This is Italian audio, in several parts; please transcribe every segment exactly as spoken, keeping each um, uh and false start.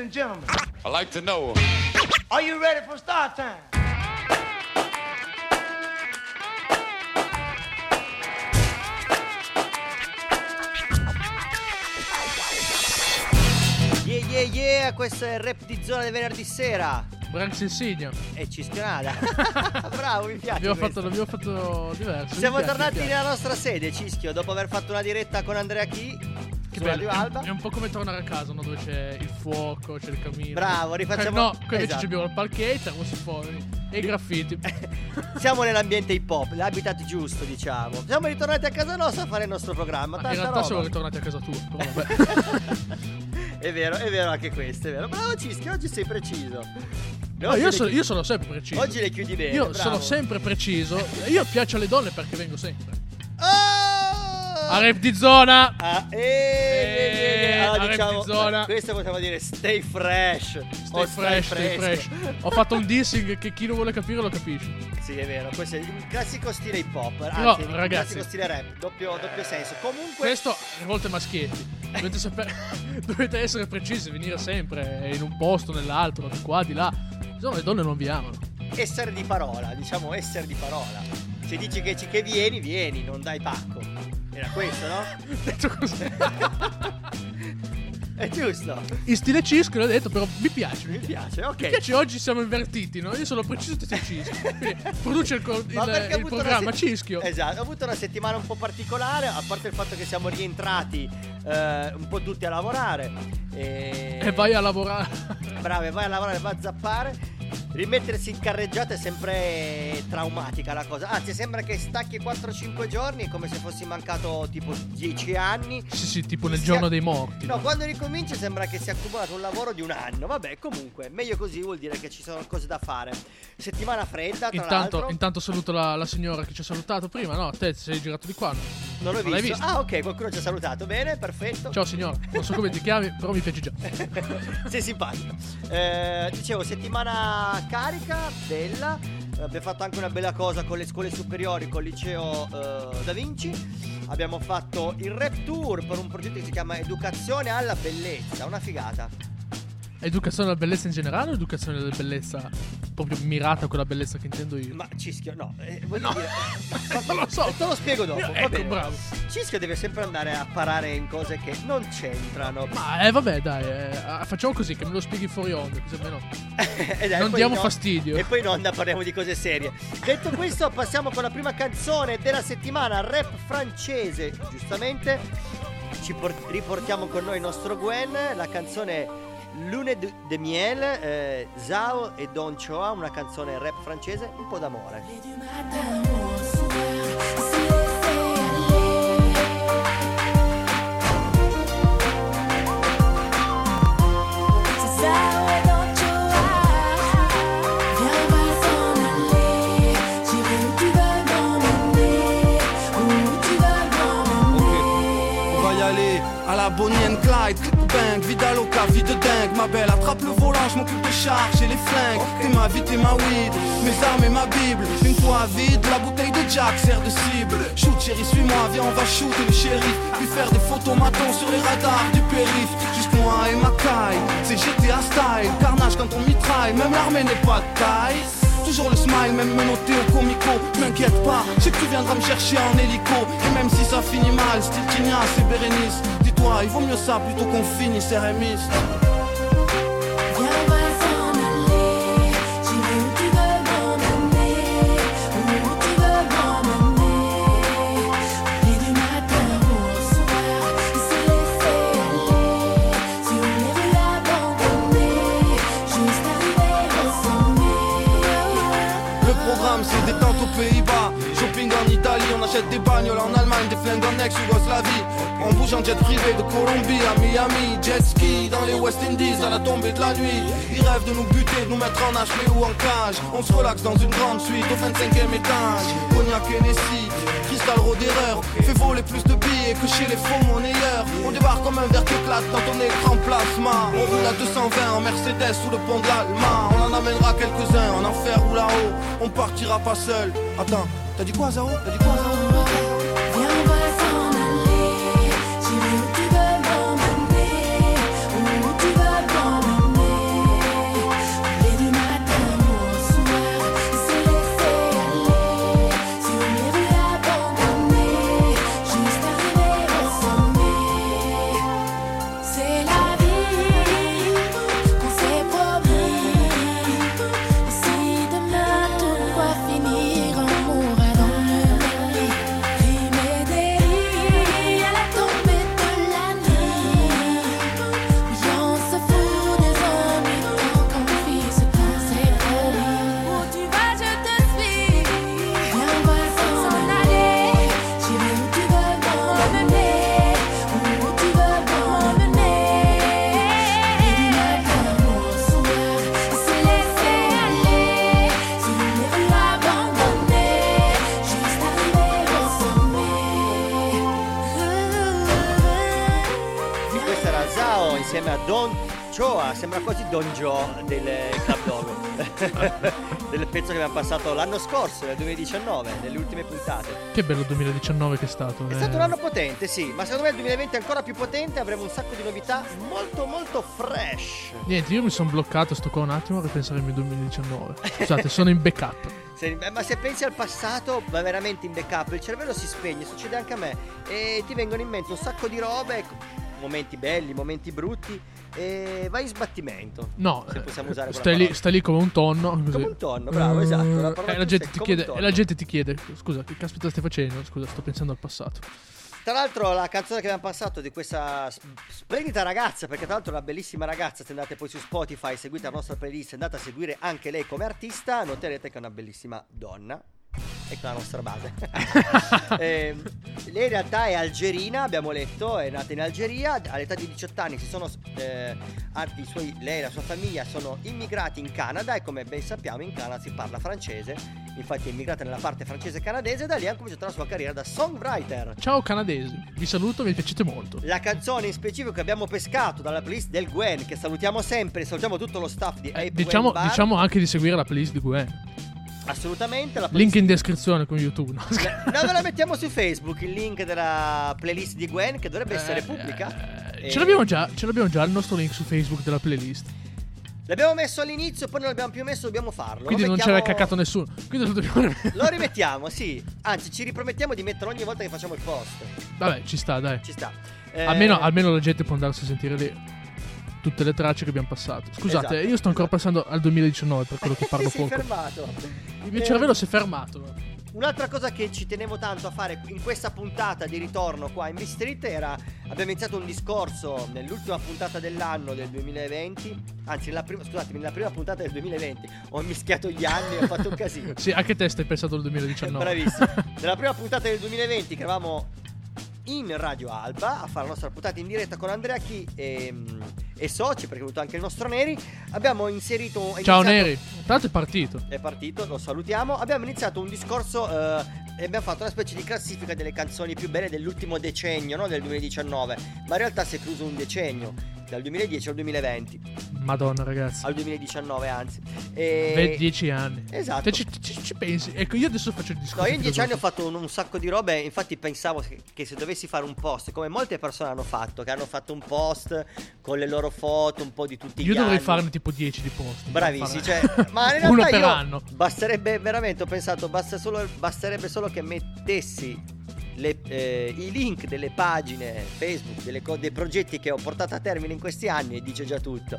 and gentlemen, I like to know. Are you ready for start time? Yeah yeah yeah, questo è il rap di zona del venerdì sera. Branks Insignia E Cischionada. Bravo, mi piace. Abbiamo questo. fatto, l'abbiamo fatto diverso. Siamo mi piace, tornati mi piace. nella nostra sede, Cischio, dopo aver fatto una diretta con Andrea Chi. Che su bello, Radio è, Alba. è un po' come tornare a casa, no? Dove c'è il fuoco, c'è il camino. Bravo, rifacciamo. Eh, no, qui invece Esatto. abbiamo il parquet, i termosifoni e i graffiti. Siamo nell'ambiente hip hop, l'habitat giusto, diciamo. Siamo ritornati a casa nostra a fare il nostro programma. Ma Tanta in realtà roba. siamo ritornati a casa tua. Però vabbè. È vero, è vero anche questo, è vero. Bravo Cischio, oggi sei preciso. No, Oggi io, le sono, chi- io sono sempre preciso. Oggi le chiudi bene. Io bravo. sono sempre preciso. Io piaccio alle donne perché vengo sempre. Oh! A rap di zona. Ah, eh, eh, eh, allora a rap diciamo, di zona. questo possiamo dire stay fresh. Stay o fresh, stay fresh. Ho fatto un dissing che chi lo vuole capire lo capisce. Sì, è vero, questo è il classico stile hip hop. Anzi, No, il ragazzi. classico stile rap, doppio, doppio senso. Comunque, Questo rivolte maschietti. Dovete sapere, dovete essere precisi, venire sempre in un posto, nell'altro, di qua, di là. Se no le donne non vi amano. essere di parola, diciamo essere di parola. Se dici che, ci, che vieni, vieni, non dai pacco. Era questo, no? Detto così. È giusto. In stile Cisco l'ho detto, però mi piace. Mi piace, ok. Mi piace, oggi siamo invertiti, no? Io sono preciso, te sei Cisco. Quindi produce il, co- Ma perché il, ho il avuto programma una se- Cischio. Esatto, ho avuto una settimana un po' particolare, a parte il fatto che siamo rientrati eh, un po' tutti a lavorare. E, E vai a lavorare. Bravo, e vai a lavorare, vai a zappare. Rimettersi in carreggiata è sempre traumatica la cosa. Anzi, sembra che stacchi quattro cinque giorni, come se fossi mancato tipo dieci anni. Sì, sì, tipo nel Si giorno a- dei morti. No, quando ricominci sembra che sia accumulato un lavoro di un anno. Vabbè, comunque, meglio così, vuol dire che ci sono cose da fare. Settimana fredda, tra Intanto, l'altro. intanto saluto la, la signora che ci ha salutato prima. No, te sei girato di qua. Non l'ho non l'hai visto. visto? Ah, ok, qualcuno ci ha salutato. Bene, perfetto. Ciao signora, non so come ti chiami, però mi piace già. Sei simpatico. Eh, dicevo, settimana carica, bella. Eh, Abbiamo fatto anche una bella cosa con le scuole superiori, col liceo eh, Da Vinci. Abbiamo fatto il rap tour per un progetto che si chiama Educazione alla Bellezza. Una figata. Educazione alla bellezza in generale o educazione alla bellezza proprio mirata a quella bellezza che intendo io? Ma Cischio, no, eh, voglio No. dire, Non lo so. te lo spiego dopo. Io- va ecco, bene. bravo. Cischio deve sempre andare a parare in cose che non c'entrano. Ma eh vabbè dai, eh, facciamo così che me lo spieghi fuori onda, così almeno E dai, non poi diamo no- fastidio. E poi in onda parliamo di cose serie. Detto questo, passiamo con la prima canzone della settimana, rap francese. Giustamente ci por- riportiamo con noi il nostro Gwen. La canzone Lune de, de Miel, eh, Zao e Don Choa, una canzone rap francese, un po' d'amore. On va y aller à la Bonnie and Clyde. Bang, vida loca, vie de dingue. Ma belle, attrape le volant, je m'occupe des charges et les flingues. T'es ma vie, t'es ma weed, mes armes et ma bible. Une fois vide, la bouteille de Jack sert de cible. Shoot chérie, suis-moi, viens on va shooter le shérif. Puis faire des photos matons sur les radars du périph. Juste moi et ma caille, c'est G T A style. Carnage quand on mitraille, même l'armée n'est pas de taille. Toujours le smile, même menotté au comico. M'inquiète pas, je sais que tu viendras me chercher en hélico. Et même si ça finit mal, style Tignas et Bérénice, dis-toi, il vaut mieux ça plutôt qu'on finisse R M I. Le programme c'est détente aux Pays-Bas, shopping en Italie, on achète des bagnoles en Allemagne, des flingues en ex-Yougoslavie. On bouge en jet privé de Colombie à Miami, jet ski dans les West Indies à la tombée de la nuit. Ils rêvent de nous buter, de nous mettre en H P ou en cage. On se relaxe dans une grande suite au vingt-cinquième étage. Cognac Hennessy, cristal d'erreur, fait voler plus de billets que chez les faux monnayeurs. On débarque comme un verre qui éclate dans ton écran plasma. On roule à deux cent vingt en Mercedes sous le pont de l'Alma. On en amènera quelques-uns en enfer ou là-haut. On partira pas seul. Attends, t'as dit quoi Zao? T'as dit quoi Zao? insieme a Don Choa, sembra quasi Don Joe del Club Dogo. Del pezzo che abbiamo passato l'anno scorso, nel duemiladiciannove, nelle ultime puntate. Che bello duemiladiciannove che è stato. È eh. stato un anno potente, sì, ma secondo me il duemilaventi è ancora più potente, avremo un sacco di novità molto molto fresh. Niente, io mi sono bloccato, sto qua un attimo a ripensare al mio duemiladiciannove. Scusate, sono in backup. Se, ma se pensi al passato, va veramente in backup, il cervello si spegne, succede anche a me, e ti vengono in mente un sacco di robe, momenti belli, momenti brutti, e vai in sbattimento. No, se possiamo usare quella stai lì, parola. stai lì come un tonno. Così. Come un tonno, bravo, Uh, esatto. La parola e la giusta gente è ti come chiede, un tonno. e la gente ti chiede, scusa, che caspita stai facendo? Scusa, sto pensando al passato. Tra l'altro la canzone che abbiamo passato di questa splendida ragazza, perché tra l'altro è una bellissima ragazza, se andate poi su Spotify, seguite la nostra playlist, andate a seguire anche lei come artista, noterete che è una bellissima donna. Ecco la nostra base. eh, lei in realtà è algerina, abbiamo letto, è nata in Algeria, all'età di diciotto anni si sono eh, i suoi, lei e la sua famiglia sono immigrati in Canada, e come ben sappiamo in Canada si parla francese, infatti è immigrata nella parte francese canadese, e da lì ha cominciato la sua carriera da songwriter. Ciao canadesi, vi saluto, mi piacete molto. La canzone in specifico che abbiamo pescato dalla playlist del Gwen, che salutiamo sempre, salutiamo tutto lo staff di Eh, Ape diciamo, Gwen Bar. diciamo anche di seguire la playlist di Gwen. Assolutamente la playlist. Link in descrizione con YouTube. No? No, noi la mettiamo su Facebook, il link della playlist di Gwen, che dovrebbe essere Eh, pubblica. eh, E- Ce l'abbiamo già, ce l'abbiamo già il nostro link su Facebook della playlist. L'abbiamo messo all'inizio, poi non l'abbiamo più messo, dobbiamo farlo. Quindi Lo non mettiamo- c'era caccato nessuno. Quindi lo dobbiamo. Lo rimettiamo, sì. Anzi, ci ripromettiamo di metterlo ogni volta che facciamo il post. Vabbè, ci sta, dai. Ci sta. Eh, Almeno, almeno la gente può andarsi a sentire lì tutte le tracce che abbiamo passato. Scusate, Esatto, io sto ancora esatto. passando al duemiladiciannove, per quello che parlo si è poco. fermato. Il mio Eh, cervello si è fermato. Un'altra cosa che ci tenevo tanto a fare in questa puntata di ritorno qua in B-Street era, abbiamo iniziato un discorso nell'ultima puntata dell'anno del duemilaventi, anzi nella prima, scusatemi, nella prima puntata del duemilaventi, ho mischiato gli anni, ho fatto un casino. Sì, anche te stai pensando al duemiladiciannove. Bravissimo. Nella prima puntata del duemilaventi, che eravamo in Radio Alba a fare la nostra puntata in diretta con Andrea Chi e, e soci, perché è venuto anche il nostro Neri, abbiamo inserito Ciao iniziato- Neri, tanto è partito. è partito, lo salutiamo. Abbiamo iniziato un discorso eh, e abbiamo fatto una specie di classifica delle canzoni più belle dell'ultimo decennio, no? Del duemiladiciannove, ma in realtà si è chiuso un decennio, dal duemiladieci al duemilaventi, Madonna, ragazzi. al duemiladiciannove anzi. E... Beh, dieci anni. Esatto. Te ci, ci- ci pensi? Ecco, io adesso faccio il discorso. No, io in dieci anni ho fatto un, un sacco di robe, infatti pensavo che, che se dovessi fare un post, come molte persone hanno fatto, che hanno fatto un post con le loro foto, un po' di tutti Io gli dovrei anni. farne tipo dieci di posti. Bravissimi, Per cioè, fare- ma in realtà uno per io anno. basterebbe veramente, ho pensato, basta solo, basterebbe solo che mettessi le, eh, i link delle pagine Facebook, delle co- dei progetti che ho portato a termine in questi anni, e dice già tutto.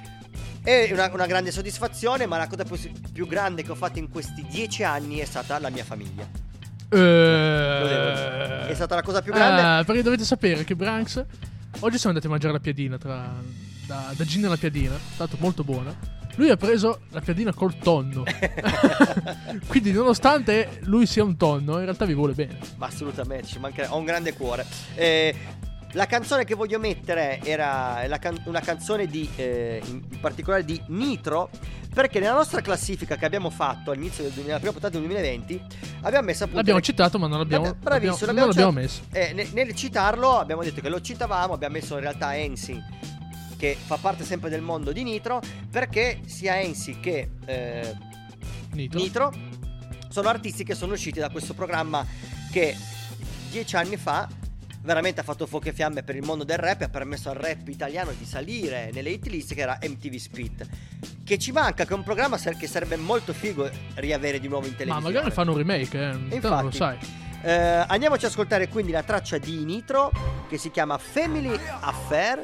È una, una grande soddisfazione, ma la cosa più, più grande che ho fatto in questi dieci anni è stata la mia famiglia. Lo devo dire. Eh... È stata la cosa più grande. Ah, perché dovete sapere che Branks oggi siamo andati a mangiare la piadina tra, da, da Gina alla piadina, è stato molto buona. Lui ha preso la piadina col tonno. Quindi nonostante lui sia un tonno, in realtà vi vuole bene. Ma assolutamente, ci mancherebbe. Ho un grande cuore. Eh, la canzone che voglio mettere era la can- una canzone di eh, in in particolare di Nitro, perché nella nostra classifica che abbiamo fatto all'inizio del duemila, prima puntata del duemilaventi, abbiamo messo appunto L'abbiamo le- citato, ma non l'abbiamo, Vabbè, bravissimo, l'abbiamo- non l'abbiamo citato. messo. Eh, ne- nel citarlo abbiamo detto che lo citavamo, abbiamo messo in realtà Ensi, che fa parte sempre del mondo di Nitro, perché sia Ensi che eh, Nitro. Nitro sono artisti che sono usciti da questo programma che dieci anni fa veramente ha fatto fuoco e fiamme per il mondo del rap e ha permesso al rap italiano di salire nelle hit list, che era M T V Split, che ci manca, che è un programma ser- che sarebbe molto figo riavere di nuovo in Ma televisione. magari fanno un remake, eh. E Te non lo infatti, sai. eh, andiamoci ad ascoltare quindi la traccia di Nitro, che si chiama Family Affair.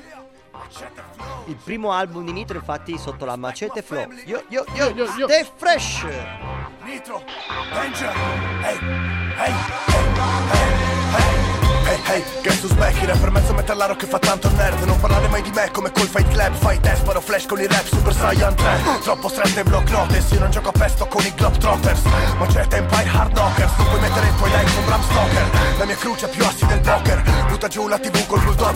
Il primo album di Nitro, infatti, sotto la Macete Flow. Yo yo yo, Yo, yo, yo. stay fresh. Nitro, Danger, hey, hey, hey, hey, hey, hey, che su Smacky, rapper mezzo metallaro che fa tanto nerd. Non parlare mai di me come col Fight Club, Fight Despero, Flash con i rap, Super Saiyan tre. Troppo strette e block notice, io non gioco a pesto con i Globetrotters. Macete Empire Hard Knockers, non puoi mettere in tuoi like con Bram Stoker. La mia cruce più assi del poker, butta giù la tv col bulldozer.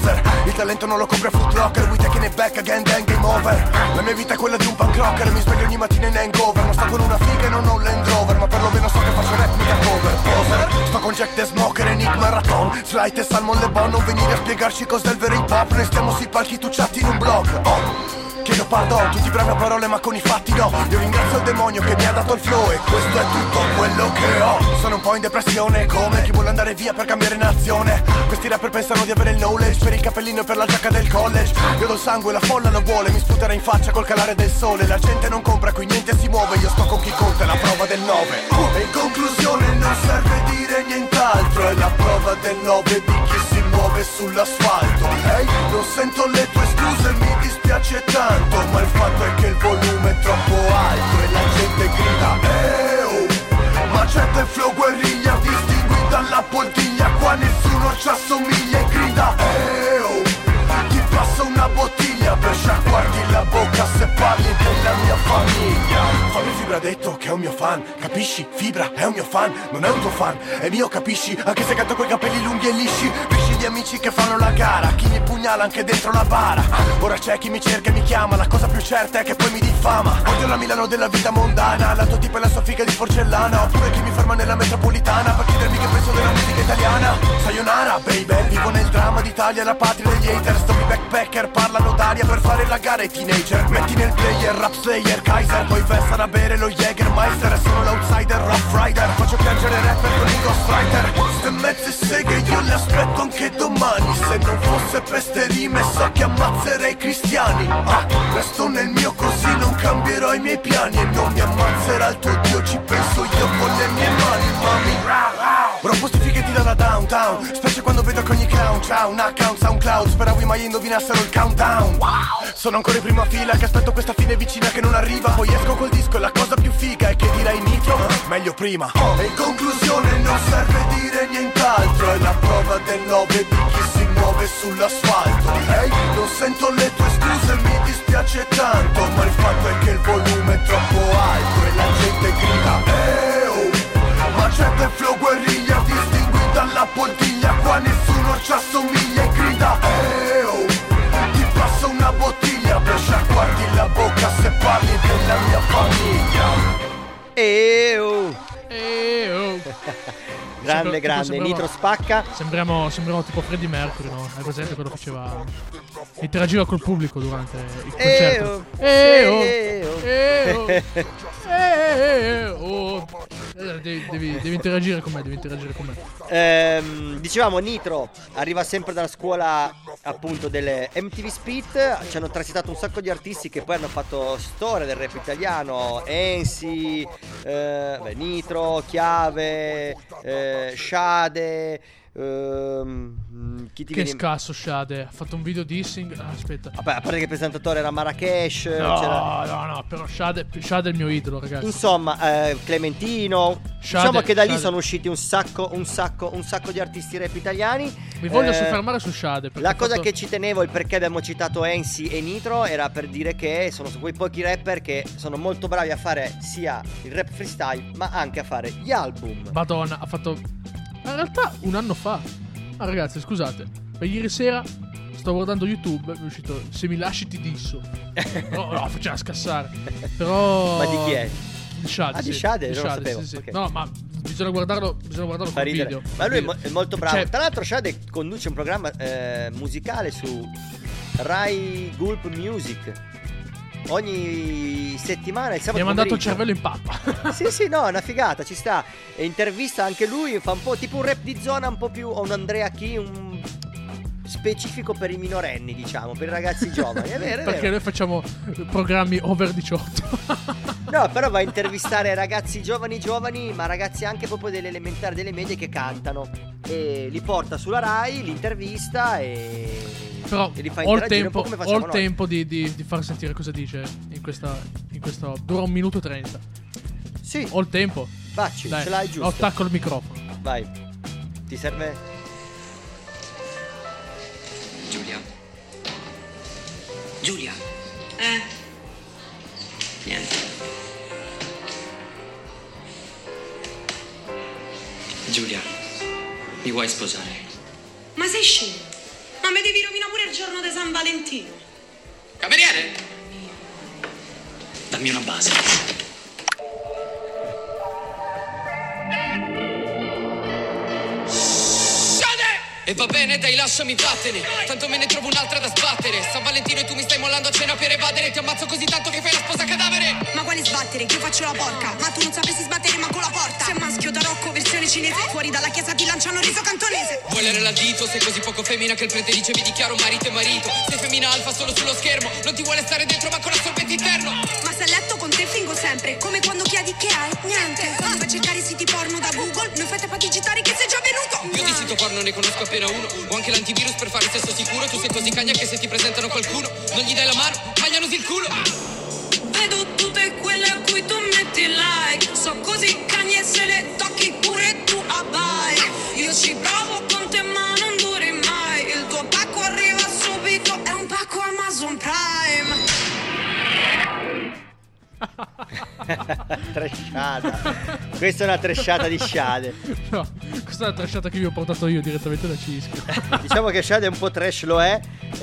Il talento non lo compra Foot Locker, we taking it back again, then game over. La mia vita è quella di un punk rocker, mi sveglio ogni mattina in hangover. Non sto con una figa e non ho un Land Rover, ma perlomeno so che faccio rap mica cover. Poser, sto con Jack the Smoker, Enigma Raton, Slight e Salmon Le Bon. Non venire a spiegarci cos'è il vero hip hop, noi stiamo sui palchi tucciati in un blog. Oh, chiedo pardon, tutti bravi a parole ma con i fatti no. Io ringrazio il demonio che mi ha dato il flow e questo è tutto quello che ho. Sono un po' in depressione come chi vuole andare via per cambiare nazione. Questi rapper pensano di avere il knowledge per il cappellino e per la giacca del college. Io do il sangue, la folla lo vuole, mi sputerà in faccia col calare del sole. La gente non compra, qui niente si muove, io sto con chi conta, è la prova del nove. uh, E in conclusione non serve dire nient'altro, è la prova del nove di chi si muove sull'asfalto. Ehi, hey, non sento le tue scuse, mi dispiace tanto, ma il fatto è che il volume è troppo alto e la gente grida eh oh, ma certo il flow guerriglia, distingui dalla poltiglia, qua nessuno ci assomiglia e grida eh oh, ti passo una bottiglia per sciacquarti la bocca se parli della mia famiglia. Fammi Fibra ha detto che è un mio fan, capisci? Fibra è un mio fan, non è un tuo fan, è mio capisci? Anche se canto coi capelli lunghi e lisci, pesci di amici che fanno la gara, chi mi pugnala anche dentro la bara. Ora c'è chi mi cerca e mi chiama, la cosa più certa è che poi mi diffama. Odio la Milano della vita mondana, la tua tipa e la sua figa di porcellana. Oppure chi mi ferma nella metropolitana per chiedermi che penso della musica italiana. Sayonara baby, vivo nel dramma d'Italia, la patria degli haters. Sto backpacker, parlano d'aria per fare la gara ai teenager. Metti nel player, rap slayer, Kaiser, poi versano a bere lo Jägermeister. Sono l'outsider, rough rider, faccio piangere rapper con i ghostwriter. Ste mezze seghe io le aspetto anche domani. Se non fosse per ste rime so che ammazzerei cristiani. Ah, resto nel mio così non cambierò i miei piani. E non mi ammazzerà il tuo Dio, ci penso io con le mie mani, mami. Rompo sti fighetti dalla downtown, specie quando vedo che ogni clown c'ha un account SoundCloud. Speravo mai indovinassero il countdown. Sono ancora in prima fila che aspetto questa fine vicina che non arriva. Poi esco col disco e la cosa più figa è che direi Nitro, meglio prima. E in conclusione non serve dire nient'altro, è la prova del nove di chi si muove sull'asfalto. Ehi, hey, non sento le tue scuse, mi dispiace tanto, ma il fatto è che il volume è troppo alto e la gente grida eh oh, ma certo il flow guerriglia, distingui dalla poltiglia, qua nessuno ci assomiglia e grida eh oh, ti passo una bottiglia per sciacquarti la bocca se parli della mia famiglia. E oh. E oh. Grande, Sembra, grande, sembrava, Nitro spacca. Sembriamo, sembriamo tipo Freddie Mercury, no? Hai presente quello che faceva? Interagiva col pubblico durante il concerto. E oh. E oh. E oh. E oh. Devi, devi, devi interagire con me, devi interagire con me. Ehm, dicevamo, Nitro arriva sempre dalla scuola appunto delle M T V Spit. Ci hanno transitato un sacco di artisti che poi hanno fatto storia del rap italiano. Ensi, eh, beh, Nitro, Chiave, eh, Shade. Ehm, chi ti che viene... scasso Shade. Ha fatto un video dissing. Ah, aspetta. Vabbè, a parte che il presentatore era Marrakesh. No, c'era... no, no, però Shade, Shade è il mio idolo, ragazzi. Insomma, eh, Clementino. Shade, diciamo che da lì Shade. sono usciti un sacco, un sacco, un sacco di artisti rap italiani. Mi voglio Eh, soffermare su Shade. La cosa fatto... che ci tenevo, il perché abbiamo citato Ensi e Nitro, era per dire che sono quei pochi rapper che sono molto bravi a fare sia il rap freestyle, ma anche a fare gli album. Madonna, ha fatto... In realtà un anno fa. Ah, ragazzi, scusate, ma ieri sera sto guardando YouTube, mi è uscito Se mi lasci ti disso. No, no, faceva scassare. Però... Ma di chi è? Di Shade. Ah, di sì. Shade? Di Non lo Shade, sapevo. sì, sì. Ok. No, ma bisogna guardarlo, bisogna guardarlo Fa col ridere. video. Ma lui è, mo- è molto bravo. Cioè, Tra l'altro Shade conduce un programma eh, musicale su Rai Gulp Music ogni settimana, il mi sabato ha mandato il pomeriggio. cervello in pappa. Sì, sì, no, è una figata, ci sta. E intervista anche lui, fa un po' tipo un rap di zona, un po' più, o un Andrea Chi, un specifico per i minorenni, diciamo, per i ragazzi giovani. È vero, è Perché vero. noi facciamo programmi over diciotto. No, però va a intervistare ragazzi giovani giovani, ma ragazzi anche proprio delle elementari, delle medie che cantano. E li porta sulla Rai, li intervista e... Però e li fa ho il interagire un po' tempo, come ho facciamo il noi. tempo di, di, di far sentire cosa dice in questa, in questa... Dura un minuto e trenta. Sì, Ho il tempo. facci, Dai, ce l'hai giusto. attacco il microfono. Vai. Ti serve? Giulia. Giulia. Eh? Niente. Giulia, mi vuoi sposare? Ma sei scemo? Ma Ma mi devi rovinare pure il giorno di San Valentino. Cameriere? Dammi una base. E va bene, dai, lasciami vattene. Tanto me ne trovo un'altra da sbattere. San Valentino e tu mi stai mollando a cena per evadere. Ti ammazzo così tanto che fai la sposa cadavere. Ma quale sbattere? Che io faccio la porca. Ma tu non sapresti sbattere manco la porta. Sei maschio da Rocco, versione cinese. Fuori dalla chiesa ti lanciano riso cantonese. Vuoi l'erela al dito? Sei così poco femmina che il prete dice vi dichiaro marito e marito. Sei femmina alfa solo sullo schermo. Non ti vuole stare dentro ma con l'assorbente interno. Ma se a letto con te fingo sempre. Come quando chiedi che hai? Niente. Quando vai a cercare siti porno da Google, non fate per digitare che sei già venuto. Io di sito porno ne conosco appena uno. Ho anche l'antivirus per fare sesso sicuro. Tu sei così cagna che se ti presentano qualcuno non gli dai la mano, maglianosi il culo. Vedo tutte quelle a cui tu metti like. So così cagne se le tocchi pure tu abai. Io ci provo con te ma non duri mai. Il tuo pacco arriva subito, è un pacco Amazon Prime. Trashata. Questa è una trashata di Shade. No, questa è una trashata che vi ho portato io direttamente da Cisco. Diciamo che Shade un po' trash lo è.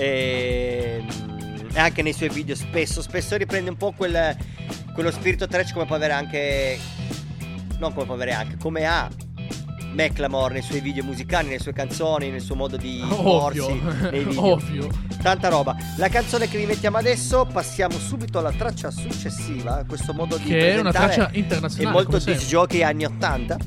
E e anche nei suoi video spesso Spesso riprende un po' quel, quello spirito trash come può avere anche. Non come può avere anche, come ha Macklemore nei suoi video musicali, nelle sue canzoni, nel suo modo di Ovvio. porsi nei video. Ovvio. Tanta roba. La canzone che vi mettiamo adesso, passiamo subito alla traccia successiva. Questo modo di che è una presentare traccia internazionale, è molto come sempre. disc jockey anni ottanta.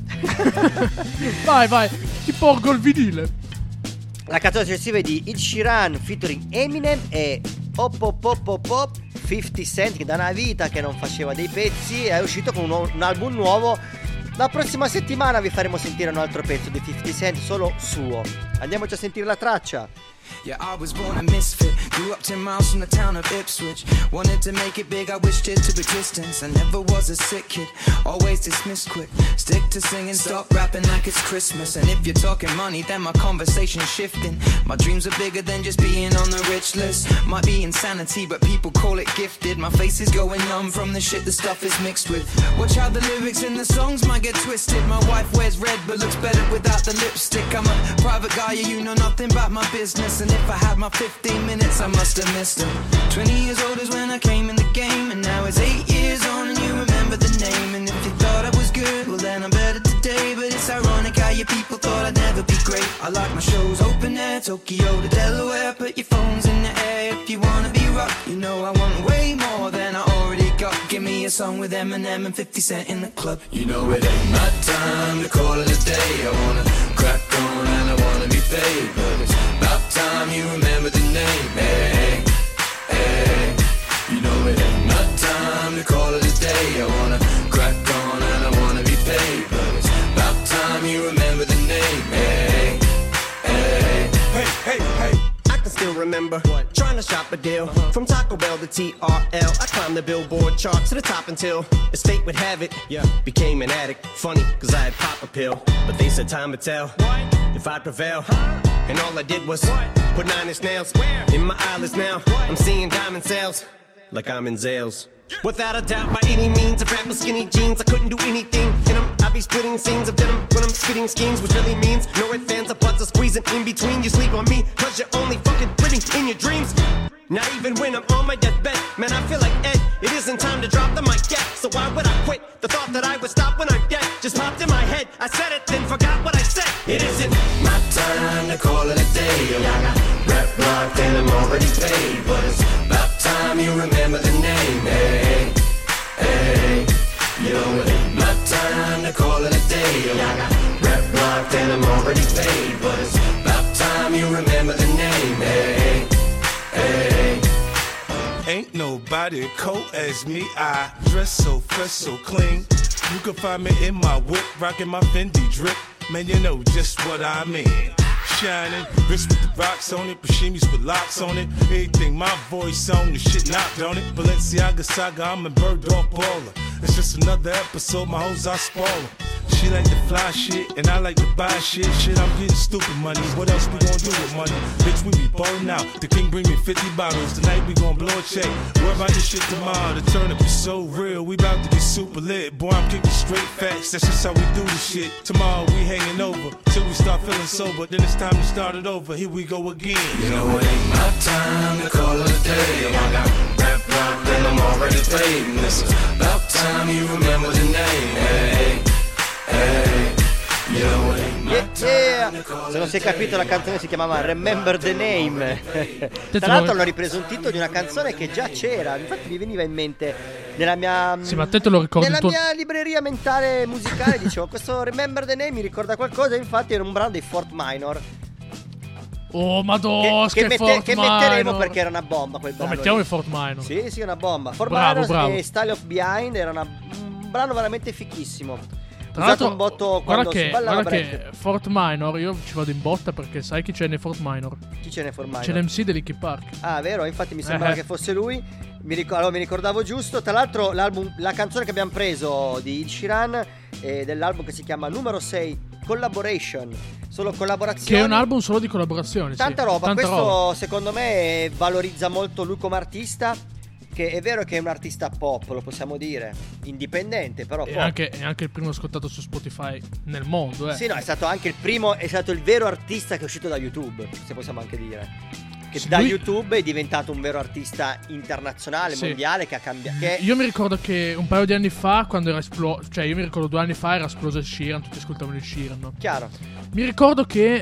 Vai, vai, ti porgo il vinile. La canzone successiva è di Ed Sheeran featuring Eminem e Op Op Op Op Op cinquanta Cent, che da una vita che non faceva dei pezzi è uscito con un, nuovo, un album nuovo. La prossima settimana vi faremo sentire un altro pezzo di cinquanta Cent solo suo. Andiamoci a sentire la traccia. Yeah, I was born a misfit. Grew up ten miles from the town of Ipswich. Wanted to make it big, I wished it to existence. I never was a sick kid, always dismissed quick. Stick to singing, stop rapping like it's Christmas. And if you're talking money, then my conversation's shifting. My dreams are bigger than just being on the rich list. Might be insanity, but people call it gifted. My face is going numb from the shit the stuff is mixed with. Watch how the lyrics in the songs might get twisted. My wife wears red, but looks better without the lipstick. I'm a private guy, yeah, you know nothing about my business. And if I had my fifteen minutes, I must have missed them. Twenty years old is when I came in the game. And now it's eight years on and you remember the name. And if you thought I was good, well then I'm better today. But it's ironic how you people thought I'd never be great. I like my shows open air, Tokyo to Delaware. Put your phones in the air if you wanna be rock. You know I want way more than I already got. Give me a song with Eminem and fifty Cent in the club. You know it ain't my time to call it a day. I wanna crack on and I wanna be paid. But it's about time you remember the name. Hey, hey. You know it ain't my time to call it a day. I wanna crack on and I wanna be paid. But it's about time you remember the name. Hey, hey. Hey, hey, hey. I can still remember what? Trying to shop a deal uh-huh. From Taco Bell to T R L. I climbed the Billboard chart to the top until as fate would have it, yeah, became an addict. Funny, cause I had pop a pill, but they said time would tell what? If I'd prevail. Huh? And all I did was what? Put nine inch nails where? In my eyelids now. What? I'm seeing diamond sales like I'm in Zales. Without a doubt, by any means, if rap was skinny jeans, I couldn't do anything in them. I'd be splitting scenes of denim when I'm spitting schemes, which really means no ifs, fans, or buts are squeezing in between. You sleep on me, cause you're only fucking living in your dreams. Not even when I'm on my deathbed, man, I feel like Ed. It isn't time to drop the mic yet, so why would I quit? The thought that I would stop when I'm dead just popped in my head. I said it, then forgot what I said. It isn't my time to call it a day. I got rap locked and I'm already paid. But it's about time you remember the name. Hey, hey. You know it ain't my time to call it a day. I got rap locked and I'm already paid. But it's about time you remember the name. Hey, hey. Ain't nobody cold as me. I dress so fresh, so clean. You can find me in my whip, rocking my Fendi drip. Man, you know just what I mean. Shining, wrist with the rocks on it, Pashimis with locks on it. Everything my voice on, the shit knocked on it. Balenciaga saga, I'm a bird dog baller. It's just another episode, my hoes I spoil 'em. She like to fly shit, and I like to buy shit. Shit, I'm getting stupid money. What else we gon' do with money? Bitch, we be ballin' out. The king bring me fifty bottles. Tonight we gon' blow a check. Worry about this shit tomorrow. The turnip is so real. We bout to get super lit. Boy, I'm kicking straight facts. That's just how we do this shit. Tomorrow we hanging over till we start feeling sober. Then it's time to start it over. Here we go again. You know it ain't my time to call it a day. I got rap rock, then I'm already paid. And it's about time you remember the name. Hey, hey. You know it ain't my Yeah, yeah. time to call Se non it si è a day. capito, la canzone si chiamava Remember the Name. Tra l'altro hanno ripreso un titolo di una canzone che già c'era. Infatti mi veniva in mente nella mia Sì, ma te te lo ricordi nella tu- mia libreria mentale musicale. Dicevo, questo Remember the Name mi ricorda qualcosa. Infatti era un brano dei Fort Minor Oh, madò, che, che, mette- Fort che metteremo Minor. perché era una bomba quel Lo brano mettiamo lì. in Fort Minor. Sì, sì, una bomba. Fort Bravo, Minor bravo. e Style of Behind era una- un brano veramente fichissimo. Tra Usato l'altro, un botto guarda quando che, si ballava guarda break. che Fort Minor, io ci vado in botta perché sai chi c'è nei Fort Minor? Chi ce n'è Fort Minor? C'è l'M C di Linkin Park. Ah, vero? Infatti mi sembrava Eh. che fosse lui. Mi, ricor- allora, mi ricordavo giusto. Tra l'altro, l'album, la canzone che abbiamo preso di Ed Sheeran è dell'album che si chiama numero sei Collaboration. Solo collaborazioni. Che è un album solo di collaborazioni. Tanta sì. roba. Tanta Questo roba. secondo me valorizza molto lui come artista. Che è vero che è un artista pop, lo possiamo dire. Indipendente, però E pop. anche, è anche il primo ascoltato su Spotify nel mondo, eh. Sì, no, è stato anche il primo. È stato il vero artista che è uscito da YouTube, se possiamo anche dire. Che Sì, da lui- YouTube è diventato un vero artista internazionale, Sì. mondiale, che ha cambiato. Che... Io mi ricordo che un paio di anni fa, quando era esploso, cioè io mi ricordo due anni fa era esploso il Sheeran, tutti ascoltavano il Sheeran, no? Chiaro. Mi ricordo che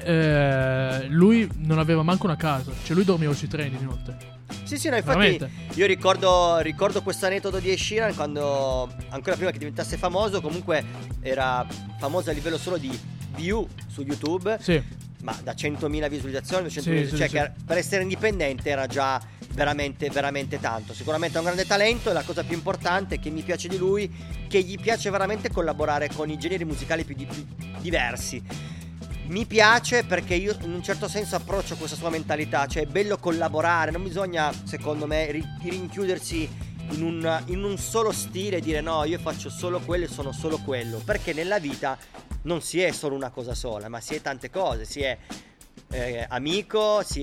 eh, lui non aveva manco una casa, cioè lui dormiva sui treni inoltre. Sì, sì, no, infatti Veramente? io ricordo, ricordo questo aneddoto di Ed Sheeran quando, ancora prima che diventasse famoso, comunque era famoso a livello solo di view su YouTube, Sì. ma da centomila visualizzazioni, duecentomila, Sì, sì, cioè sì. che per essere indipendente era già veramente, veramente tanto. Sicuramente ha un grande talento e la cosa più importante che mi piace di lui, che gli piace veramente collaborare con i generi musicali più, di- più diversi. Mi piace perché io in un certo senso approccio questa sua mentalità, cioè è bello collaborare, non bisogna secondo me ri- rinchiudersi in un, in un solo stile e dire no, io faccio solo quello e sono solo quello, perché nella vita non si è solo una cosa sola, ma si è tante cose, si è eh, amico, si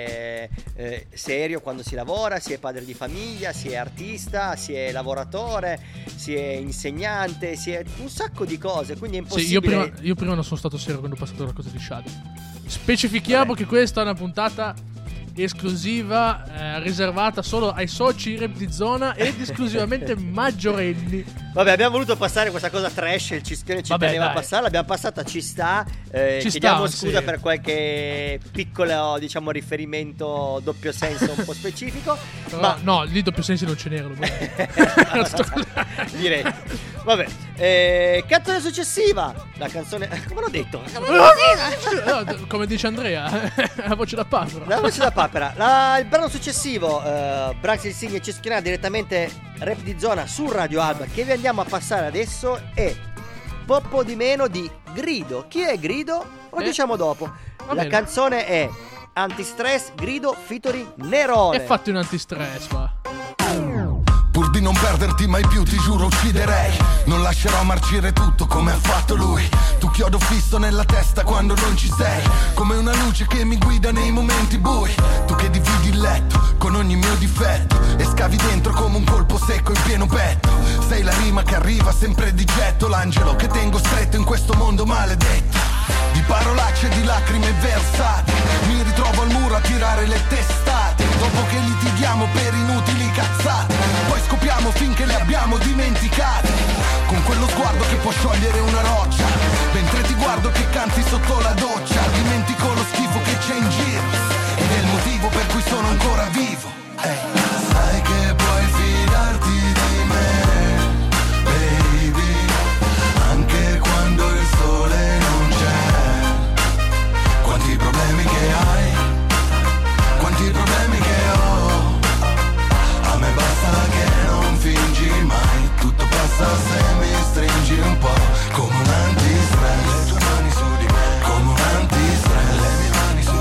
è eh, serio quando si lavora, si è padre di famiglia, si è artista, si è lavoratore, si è insegnante, si è un sacco di cose, quindi è Sì, io impossibile. prima, io prima non sono stato serio quando ho passato la cosa di Shadow. Specifichiamo Vabbè. che questa è una puntata esclusiva, eh, riservata solo ai soci Rap di Zona ed esclusivamente maggiorenni. Vabbè, abbiamo voluto passare questa cosa trash, il Cischione ci Vabbè, teneva a dai. passare, l'abbiamo passata, ci sta. eh, Ci chiediamo sta, scusa sì. per qualche piccolo, diciamo, riferimento doppio senso un po' specifico. Però, ma no, lì doppio sensi non ce n'erano. direi. Vabbè, eh, canzone successiva. La canzone. Come l'ho detto? No, come dice Andrea, la voce da papera. La voce da papera. La- il brano successivo, eh, Brax il Signo e Ceschina, direttamente Rap di Zona su Radio Alba, che vi andiamo a passare adesso, è Poppo di meno di Grido. Chi è Grido? Lo Eh, diciamo dopo. La bene. canzone è Antistress Grido featuring Nerone. E fatti un antistress, va. Pur di non perderti mai più, ti giuro ucciderei. Non lascerò marcire tutto come ha fatto lui. Tu chiodo fisso nella testa quando non ci sei, come una luce che mi guida nei momenti bui. Tu che dividi il letto con ogni mio difetto e scavi dentro come un colpo secco in pieno petto. Sei la rima che arriva sempre di getto, l'angelo che tengo stretto in questo mondo maledetto. Di parolacce, di lacrime versate, mi ritrovo al muro a tirare le testate. Dopo che litighiamo per inutili cazzate, poi scopriamo finché le abbiamo dimenticate. Con quello sguardo che può sciogliere una roccia, mentre ti guardo che canti sotto la doccia. Dimentico lo schifo che c'è in giro ed è il motivo per cui sono ancora vivo. Ehi, sai che puoi fidarti di me, baby, anche quando il sole non c'è. Quanti problemi che hai, quanti problemi che ho. A me basta che non fingi mai, tutto passa se mi stringi un po'. Come un antistress, le tue mani su di me, come un antistress, le mie mani su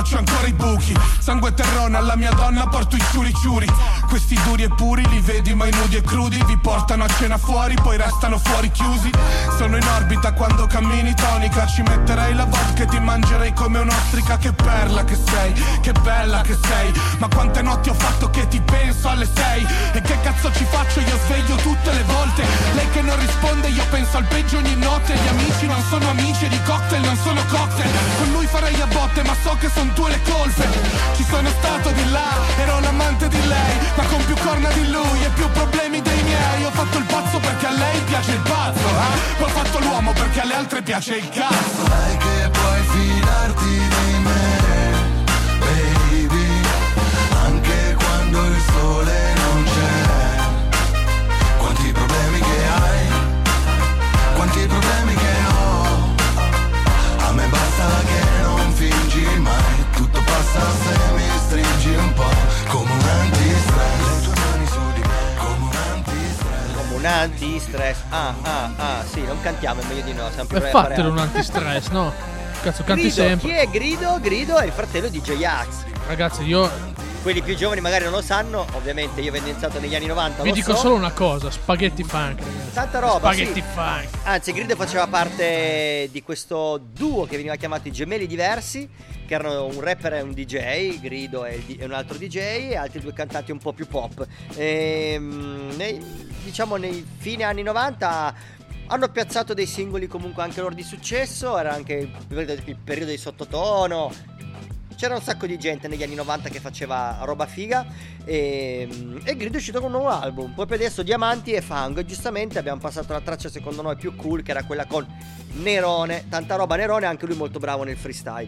faccio ancora i buchi. Sangue e terrone alla mia donna porto i ciuri ciuri. Questi duri e puri li vedi mai nudi e crudi. Vi portano a cena fuori, poi restano fuori chiusi. Sono in orbita quando cammini tonica. Ci metterei la vodka e ti mangerei come un'ostrica. Che perla che sei, che bella che sei. Ma quante notti ho fatto che ti penso alle sei. E che cazzo ci faccio, io sveglio tutte le volte. Lei che non risponde, io penso al peggio ogni notte. Gli amici non sono amici, di cocktail non sono cocktail. Con lui farei a botte, ma so che son tue le colpe. Ci sono stato di là, ero l'amante di lei, ma con più corna di lui e più problemi dei miei. Ho fatto il pazzo perché a lei piace il pazzo, eh? Poi ho fatto l'uomo perché alle altre piace il cazzo. Sai che puoi fidarti di me, baby, anche quando il sole non c'è. Quanti problemi che hai, quanti problemi che ho. A me basta che non fingi mai, tutto passa se mi stringi un po', come un antistress. Le tue mani su di me, come un antistress. Come un antistress. Ah, ah, ah, sì, non cantiamo, è meglio di no. Siamo più E bravi a fare fatelo un altro. antistress, no? Cazzo, canti Grido, sempre. chi è Grido? Grido è il fratello di J-Ax. Ragazzi, io Quelli più giovani magari non lo sanno, ovviamente io vengo iniziato negli anni novanta. vi lo dico so. solo una cosa: spaghetti funk, ragazzi. Tanta roba, Spaghetti sì. funk. Anzi, Grido faceva parte di questo duo che veniva chiamato i Gemelli Diversi, che erano un rapper e un D J, Grido e, il D- e un altro D J, e altri due cantanti un po' più pop. E, nei, diciamo nei fine anni novanta hanno piazzato dei singoli comunque anche loro di successo, era anche il periodo, il periodo di Sottotono. C'era un sacco di gente negli anni novanta che faceva roba figa e, e Grido è uscito con un nuovo album. Proprio adesso Diamanti e Fango. E giustamente abbiamo passato la traccia secondo noi più cool, che era quella con Nerone. Tanta roba Nerone, anche lui molto bravo nel freestyle.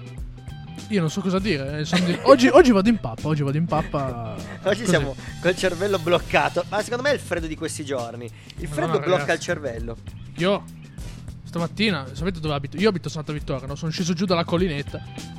Io non so cosa dire. eh, sono di- oggi, oggi vado in pappa. Oggi vado in pappa. Oggi così. siamo col cervello bloccato. Ma secondo me è il freddo di questi giorni. Il No, freddo no, blocca ragazzi. il cervello. Io stamattina, sapete dove abito? Io abito a Santa Vittoria, no? Sono sceso giù dalla collinetta.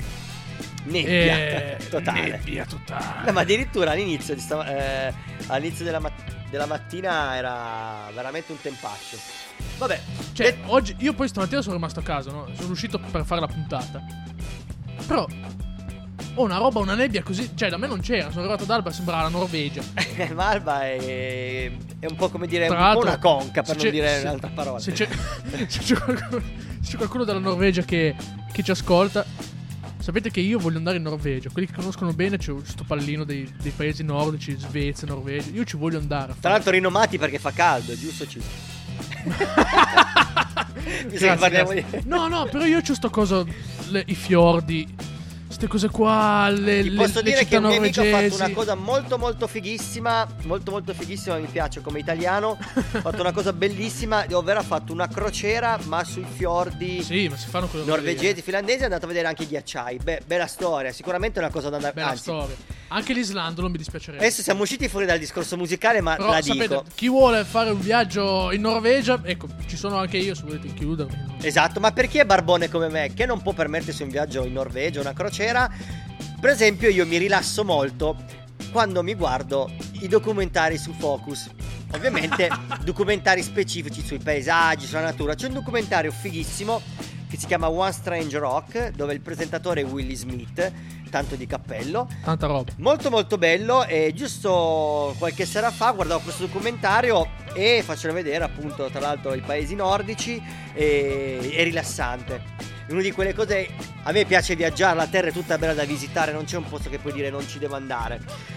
Nebbia E... totale. Nebbia totale. No, ma addirittura all'inizio, di sta- eh, all'inizio della, mat- della mattina era veramente un tempaccio. Vabbè, Cioè, det- oggi io poi stamattina sono rimasto a casa, no? Sono uscito per fare la puntata. Però ho una roba, una nebbia così. Cioè, da me non c'era. Sono arrivato ad Alba, sembrava la Norvegia. ma Alba è, è un po' come dire Tra un po' l'altro, una conca, per se non c'è- dire se- un'altra parola. Se c'è, se c'è qualcuno, se c'è qualcuno della Norvegia che, che ci ascolta, sapete che io voglio andare in Norvegia. Quelli che conoscono bene, c'è questo pallino dei, dei paesi nordici, Svezia, Norvegia. Io ci voglio andare. Tra l'altro rinomati perché fa caldo, giusto? Ci... Mi sa che Grazie, parliamo grazie. di... No, no, però io c'ho sto coso, le- i fiordi, queste cose qua, le, Ti le, posso le dire che città un mio amico ha fatto norvegesi. una cosa molto molto fighissima, molto molto fighissima, mi piace come italiano. Ha fatto una cosa bellissima, ovvero ha fatto una crociera ma sui fiordi Sì, ma si fanno quello norvegesi, finlandesi, è andato a vedere anche i ghiacciai. Beh, bella storia, sicuramente è una cosa da andare. Bella Anzi, storia. Anche l'Islanda non mi dispiacerebbe. adesso siamo usciti fuori dal discorso musicale, ma Però la sapete, dico. chi vuole fare un viaggio in Norvegia, ecco, ci sono anche io, se volete chiudermi. Esatto, ma per chi è barbone come me, che non può permettersi un viaggio in Norvegia, una crociera, per esempio io mi rilasso molto quando mi guardo i documentari su Focus. Ovviamente documentari specifici sui paesaggi, sulla natura. C'è un documentario fighissimo che si chiama One Strange Rock, dove il presentatore è Willie Smith, tanto di cappello. Tanta roba. Molto molto bello, e giusto qualche sera fa guardavo questo documentario e faccio vedere appunto tra l'altro i paesi nordici, e è rilassante. Una di quelle cose, a me piace viaggiare, la terra è tutta bella da visitare, non c'è un posto che puoi dire non ci devo andare.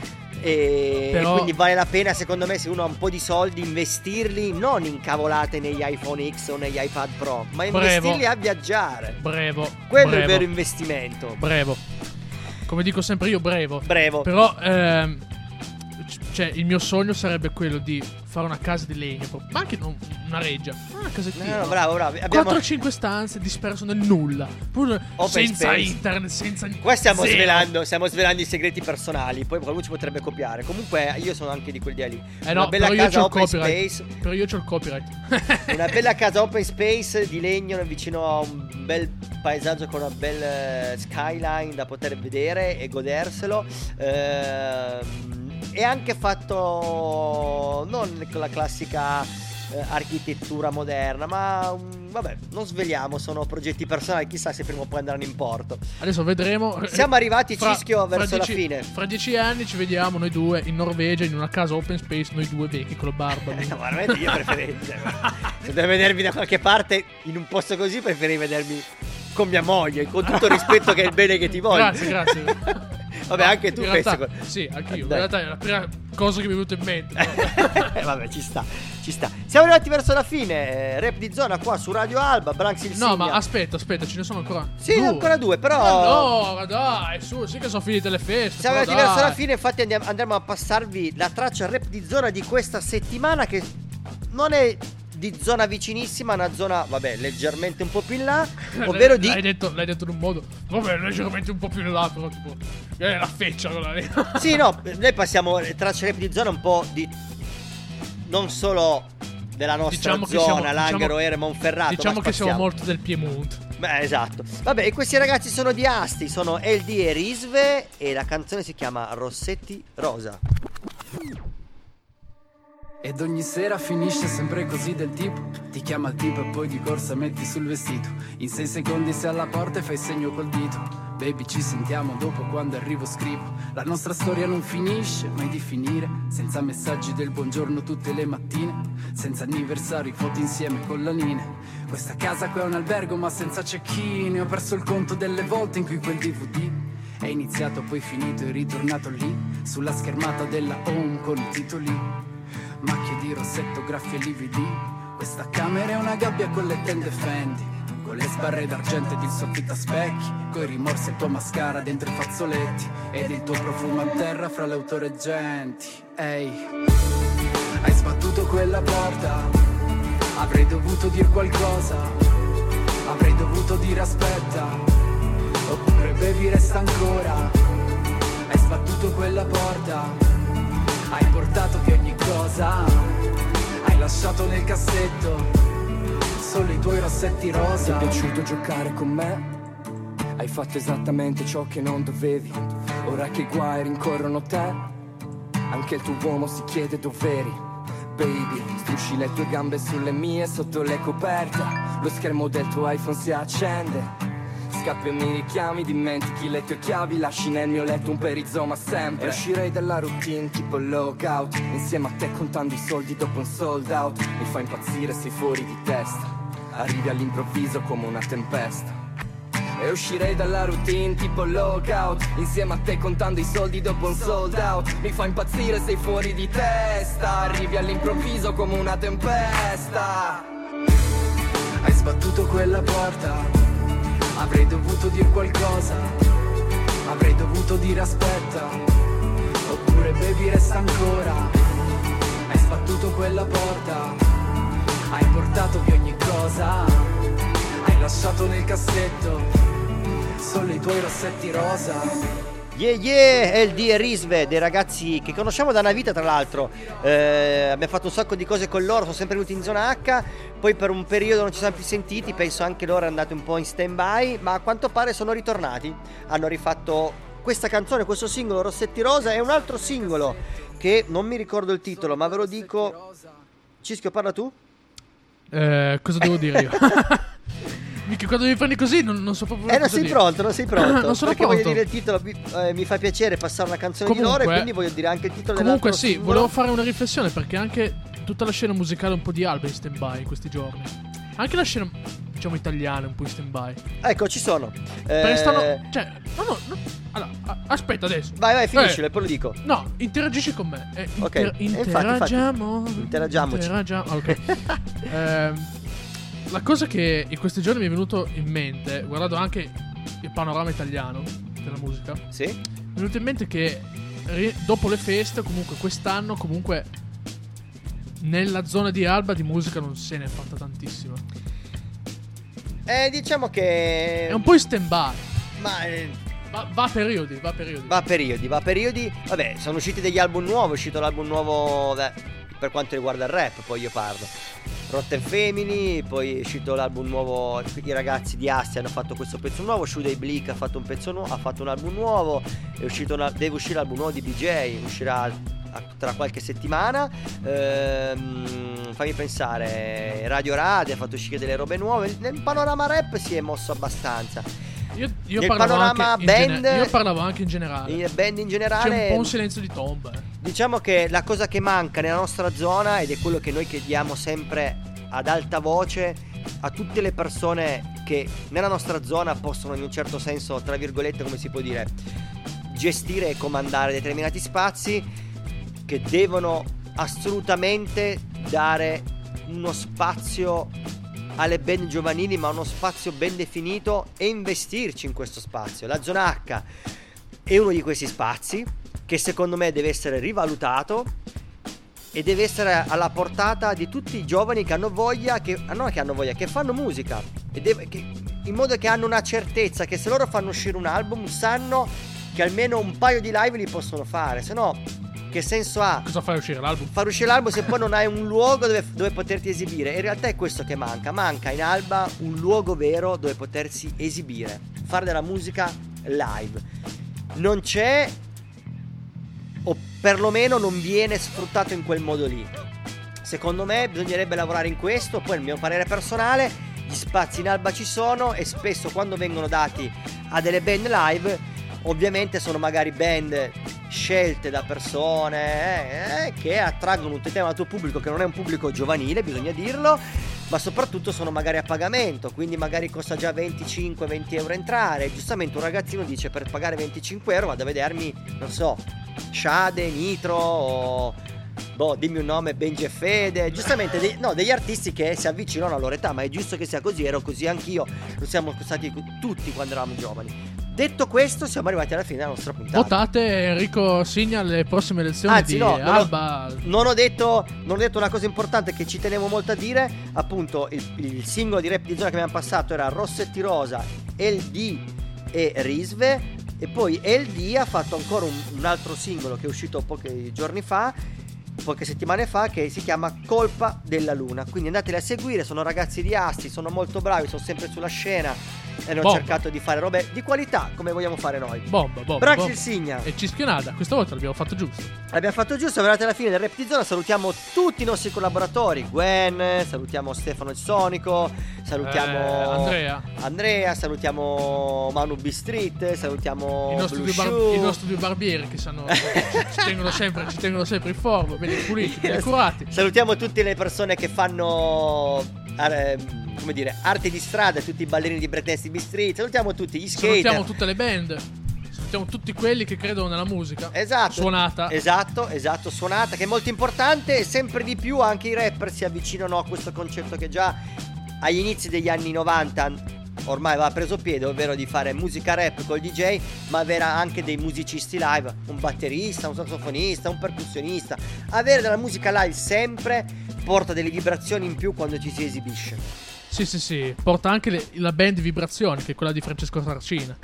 E, Però- e quindi vale la pena secondo me, se uno ha un po' di soldi, investirli non in cavolate negli iPhone X o negli iPad Pro, ma Brevo. investirli a viaggiare. Brevo. Quello è brevo, il vero investimento. Brevo. Come dico sempre io, brevo. Brevo. Però, ehm, c- cioè, il mio sogno sarebbe quello di fare una casa di legno, proprio. Ma anche non una reggia, una casettina. No, no, bravo, bravo. Abbiamo... quattro o cinque stanze disperso nel nulla. Pure Open senza space. internet, senza Qua stiamo zero. svelando, stiamo svelando i segreti personali. Poi qualcuno ci potrebbe copiare. Comunque io sono anche di quell'idea lì. Eh Una no, bella però io casa c'ho il open copyright. space. Però io c'ho il copyright. Una bella casa open space di legno vicino a un bel paesaggio con una bella skyline da poter vedere e goderselo. Ehm, e anche fatto non con la classica eh, architettura moderna, ma un, vabbè, non sveliamo, sono progetti personali, chissà se prima o poi andranno in porto. Adesso vedremo. Siamo arrivati, fra, Cischio, verso fra dieci, la fine. Fra dieci anni ci vediamo noi due in Norvegia, in una casa open space, noi due vecchi con la barba. No, veramente io preferirei. Se devo vedermi da qualche parte in un posto così, preferirei vedermi con mia moglie, con tutto il rispetto che è il bene che ti voglio. Grazie, grazie. Vabbè, no, anche tu in pensi. realtà, sì, anche io. In realtà è la prima cosa che mi è venuta in mente. Vabbè, ci sta, ci sta. Siamo arrivati verso la fine. Rap di zona qua su Radio Alba, Branks il No, Signa. ma aspetta, aspetta, ce ne sono ancora. Sì, due. ancora due, però. Allora, dai, su, sì che sono finite le feste. Siamo però arrivati dai. verso la fine, infatti andiamo, andremo a passarvi la traccia rap di zona di questa settimana, che non è di zona vicinissima, una zona, vabbè, leggermente un po' più in là, ovvero di... L'hai detto, l'hai detto in un modo, vabbè, leggermente un po' più in là, però tipo, è la feccia quella lì. Sì, no, noi passiamo tracce rap di zona un po' di... non solo della nostra diciamo zona, siamo, Langhero, diciamo, Ere, Monferrato. Diciamo che siamo spaziamo. molto del Piemonte. Beh, esatto. Vabbè, e questi ragazzi sono di Asti, sono L D e Risve, e la canzone si chiama Rossetti Rosa. Ed ogni sera finisce sempre così del tipo: ti chiama il tipo e poi di corsa metti sul vestito. In sei secondi sei alla porta e fai segno col dito. Baby, ci sentiamo dopo, quando arrivo scrivo. La nostra storia non finisce mai di finire, senza messaggi del buongiorno tutte le mattine, senza anniversari, foto insieme con la Nine. Questa casa qui è un albergo ma senza cecchine. Ho perso il conto delle volte in cui quel D V D è iniziato, poi finito e ritornato lì, sulla schermata della home con i titoli. Macchie di rossetto, graffie e lividi. Questa camera è una gabbia con le tende Fendi, con le sbarre d'argento ed il soffitto a specchi, coi rimorsi e il tuo mascara dentro i fazzoletti, ed il tuo profumo a terra fra le autoreggenti. Ehi, hai sbattuto quella porta, avrei dovuto dir qualcosa, avrei dovuto dire aspetta, oppure bevi resta ancora. Hai sbattuto quella porta, hai portato via ogni cosa, hai lasciato nel cassetto solo i tuoi rossetti rosa. Ti è piaciuto giocare con me? Hai fatto esattamente ciò che non dovevi. Ora che i guai rincorrono te, anche il tuo uomo si chiede dov'eri. Baby, strusci le tue gambe sulle mie sotto le coperte. Lo schermo del tuo iPhone si accende. Scappi e mi richiami, dimentichi le tue chiavi, lasci nel mio letto un perizoma sempre. E uscirei dalla routine tipo lockout, insieme a te contando i soldi dopo un sold out. Mi fa impazzire, sei fuori di testa, arrivi all'improvviso come una tempesta. E uscirei dalla routine tipo lockout, insieme a te contando i soldi dopo un sold out. Mi fa impazzire, sei fuori di testa, arrivi all'improvviso come una tempesta. Hai sbattuto quella porta, avrei dovuto dir qualcosa, avrei dovuto dire aspetta, oppure bevi resta ancora. Hai sbattuto quella porta, hai portato via ogni cosa, hai lasciato nel cassetto solo i tuoi rossetti rosa. Yeah yeah, L D e Risve, dei ragazzi che conosciamo da una vita tra l'altro. eh, Abbiamo fatto un sacco di cose con loro, sono sempre venuti in zona H. Poi per un periodo non ci siamo più sentiti, penso anche loro è andato un po' in stand by, ma a quanto pare sono ritornati. Hanno rifatto questa canzone, questo singolo Rossetti Rosa, e un altro singolo che non mi ricordo il titolo, ma ve lo dico. Cischio, parla tu? Eh, cosa devo dire io? Mica quando mi prendi così non, non so proprio. Eh, non sei dire. pronto, non sei pronto. Non sono perché pronto. voglio dire il titolo, mi, eh, mi fa piacere passare una canzone Comunque, di loro, e quindi voglio dire anche il titolo comunque dell'altro sì, singolo. volevo fare una riflessione, perché anche tutta la scena musicale un po' di Alba è in stand by in questi giorni. Anche la scena, diciamo, italiana è un po' in stand by. Ecco, ci sono. Perché Eh, stanno. Cioè, no, no, no. Allora, a- aspetta adesso. Vai, vai, finiscilo Eh, e poi lo dico. No, interagisci con me. Eh, Ok, inter- e infatti, interagiamo. infatti, interagiamoci. Interagiamo. Ok. Ehm, la cosa che in questi giorni mi è venuto in mente, guardando anche il panorama italiano della musica, sì? mi è venuto in mente che ri- dopo le feste, comunque quest'anno, comunque nella zona di Alba di musica non se ne è fatta tantissima. Eh, diciamo che È un po' in stand by. Ma eh, va, va a periodi, va a periodi. Va a periodi, va a periodi. Vabbè, sono usciti degli album nuovi, è uscito l'album nuovo, beh, per quanto riguarda il rap, poi io parlo. Rotten Femini, poi è uscito l'album nuovo, i ragazzi di Asti hanno fatto questo pezzo nuovo, Shootay Bleak ha fatto un pezzo nuovo, ha fatto un album nuovo, è uscito una, deve uscire l'album nuovo di B J, uscirà a- tra qualche settimana. Ehm, fammi pensare, Radio Radio ha fatto uscire delle robe nuove. Nel panorama rap si è mosso abbastanza. Io, io, Nel parlavo panorama anche in band, gene- io parlavo anche in generale. In band in generale c'è un po' un silenzio di tomba. eh. Diciamo che la cosa che manca nella nostra zona, ed è quello che noi chiediamo sempre ad alta voce a tutte le persone che nella nostra zona possono in un certo senso, tra virgolette, come si può dire, gestire e comandare determinati spazi, che devono assolutamente dare uno spazio alle band giovanili, ma uno spazio ben definito, e investirci in questo spazio. La zona H è uno di questi spazi che secondo me deve essere rivalutato e deve essere alla portata di tutti i giovani che hanno voglia, che non che hanno voglia, che fanno musica, e deve, che, in modo che hanno una certezza che se loro fanno uscire un album sanno che almeno un paio di live li possono fare, se no che senso ha? Cosa fai uscire l'album? Far uscire l'album se poi non hai un luogo dove, dove poterti esibire. In realtà è questo che manca. Manca in Alba un luogo vero dove potersi esibire, fare della musica live. Non c'è, o perlomeno non viene sfruttato in quel modo lì. Secondo me bisognerebbe lavorare in questo. Poi, il mio parere personale, gli spazi in Alba ci sono, e spesso quando vengono dati a delle band live, ovviamente sono magari band scelte da persone eh, che attraggono un determinato pubblico, che non è un pubblico giovanile, bisogna dirlo, ma soprattutto sono magari a pagamento, quindi magari costa già venticinque venti euro entrare. Giustamente un ragazzino dice: per pagare venticinque euro vado a vedermi, non so, Shade, Nitro o... boh, dimmi un nome, Benji e Fede. Giustamente dei, no, degli artisti che si avvicinano alla loro età, ma è giusto che sia così, ero così anch'io, lo siamo stati tutti quando eravamo giovani. Detto questo, siamo arrivati alla fine della nostra puntata. Votate, Enrico segna le prossime elezioni. Anzi, di no, non Alba. ho, non ho detto non ho detto una cosa importante che ci tenevo molto a dire. Appunto, il, il singolo di Rap di Zona che abbiamo passato era Rossetti Rosa, L D e Risve. E poi L D ha fatto ancora un, un altro singolo che è uscito pochi giorni fa, poche settimane fa, che si chiama Colpa della Luna. Quindi andateli a seguire, sono ragazzi di Asti, sono molto bravi, sono sempre sulla scena e hanno Bomba. cercato di fare robe di qualità come vogliamo fare noi. Bomba, bomba. Brax bomba. il Signa E Cischionada, questa volta l'abbiamo fatto giusto. L'abbiamo fatto giusto, siamo arrivati alla fine del Rap di Zona. Salutiamo tutti i nostri collaboratori, Gwen, salutiamo Stefano il Sonico, salutiamo Eh, Andrea. Andrea, salutiamo Manu B Street, salutiamo I nostri, Blue due bar- Shoe. i nostri due barbieri che sanno, ci, ci tengono sempre, ci tengono sempre in forma, belli puliti, belli accurati. Salutiamo tutte le persone che fanno eh, come dire, arte di strada, tutti i ballerini di breakdance di B Street. Salutiamo tutti gli skater. Salutiamo tutte le band. Salutiamo tutti quelli che credono nella musica. Esatto. Suonata. Esatto, esatto, suonata, che è molto importante, e sempre di più anche i rapper si avvicinano a questo concetto che già agli inizi degli anni novanta ormai aveva preso piede, ovvero di fare musica rap col D J, ma avere anche dei musicisti live, un batterista, un sassofonista, un percussionista. Avere della musica live sempre porta delle vibrazioni in più quando ci si esibisce. Sì, sì, sì. Porta anche le- la band Vibrazioni, che è quella di Francesco Sarcina.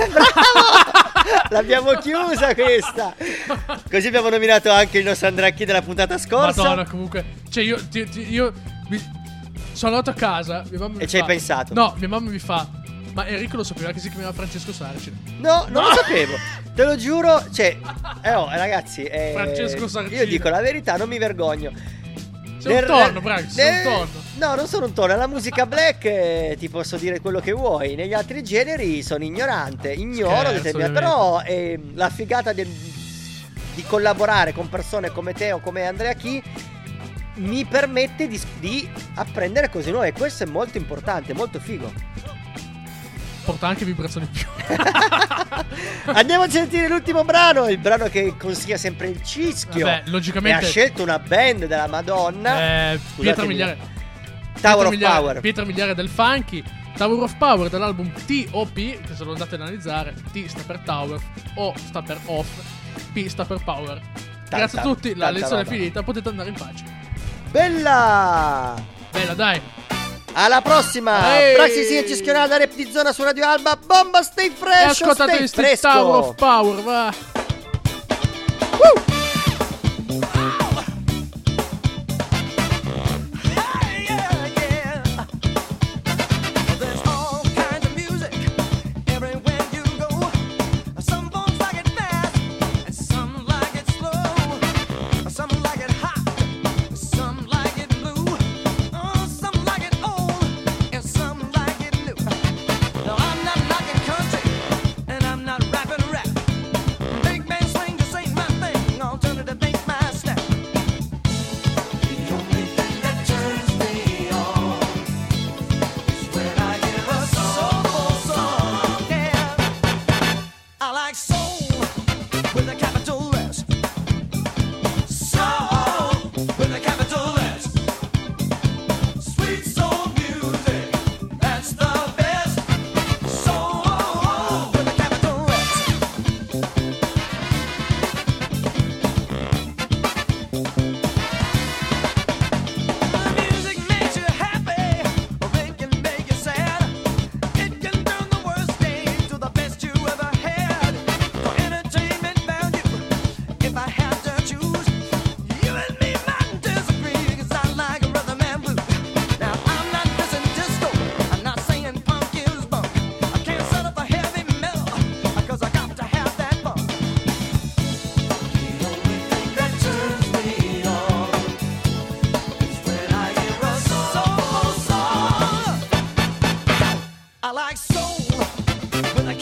L'abbiamo chiusa questa. Così abbiamo nominato anche il nostro Andracchi della puntata scorsa. Madonna, comunque. Cioè, io. ti- ti- io mi- sono andato a casa. Mia mamma mi E ci hai fa- pensato? No, mia mamma mi fa. Ma Enrico lo sapeva che si chiamava Francesco Sarcina. No, non lo sapevo. Te lo giuro. Cioè, eh, oh, ragazzi, eh, Francesco Sarcina. io dico la verità, non mi vergogno. Sei un tonno, Brax, sei un tonno. No, non sono un tonno. Alla musica black eh, ti posso dire quello che vuoi. Negli altri generi sono ignorante. Ignoro Scherzo, determinate. Però eh, la figata del- di collaborare con persone come te o come Andrea Chi mi permette di, di apprendere cose nuove. E questo è molto importante, molto figo. Porta anche vibrazioni in più. Andiamo a sentire l'ultimo brano, il brano che consiglia sempre il Cischio. Vabbè, logicamente- E ha scelto una band della Madonna. Eh, Scusatemi. Pietra Migliare. Tower Pietra of Migliare- Power. Pietra Migliare del Funky. Tower of Power dall'album T O P, che se lo andate ad analizzare, T sta per Tower, O sta per Off, P sta per Power. Grazie a tutti, la tanta lezione roba. è finita, potete andare in pace. Bella! Bella, dai. Alla prossima! Ehi! Praxis e Cischionada, Rap di Zona su Radio Alba. Bomba, stay E fresh, ascoltate stay questi Tower of fresco! Power, va. Some like it hot, some like it blue. I like soul, but I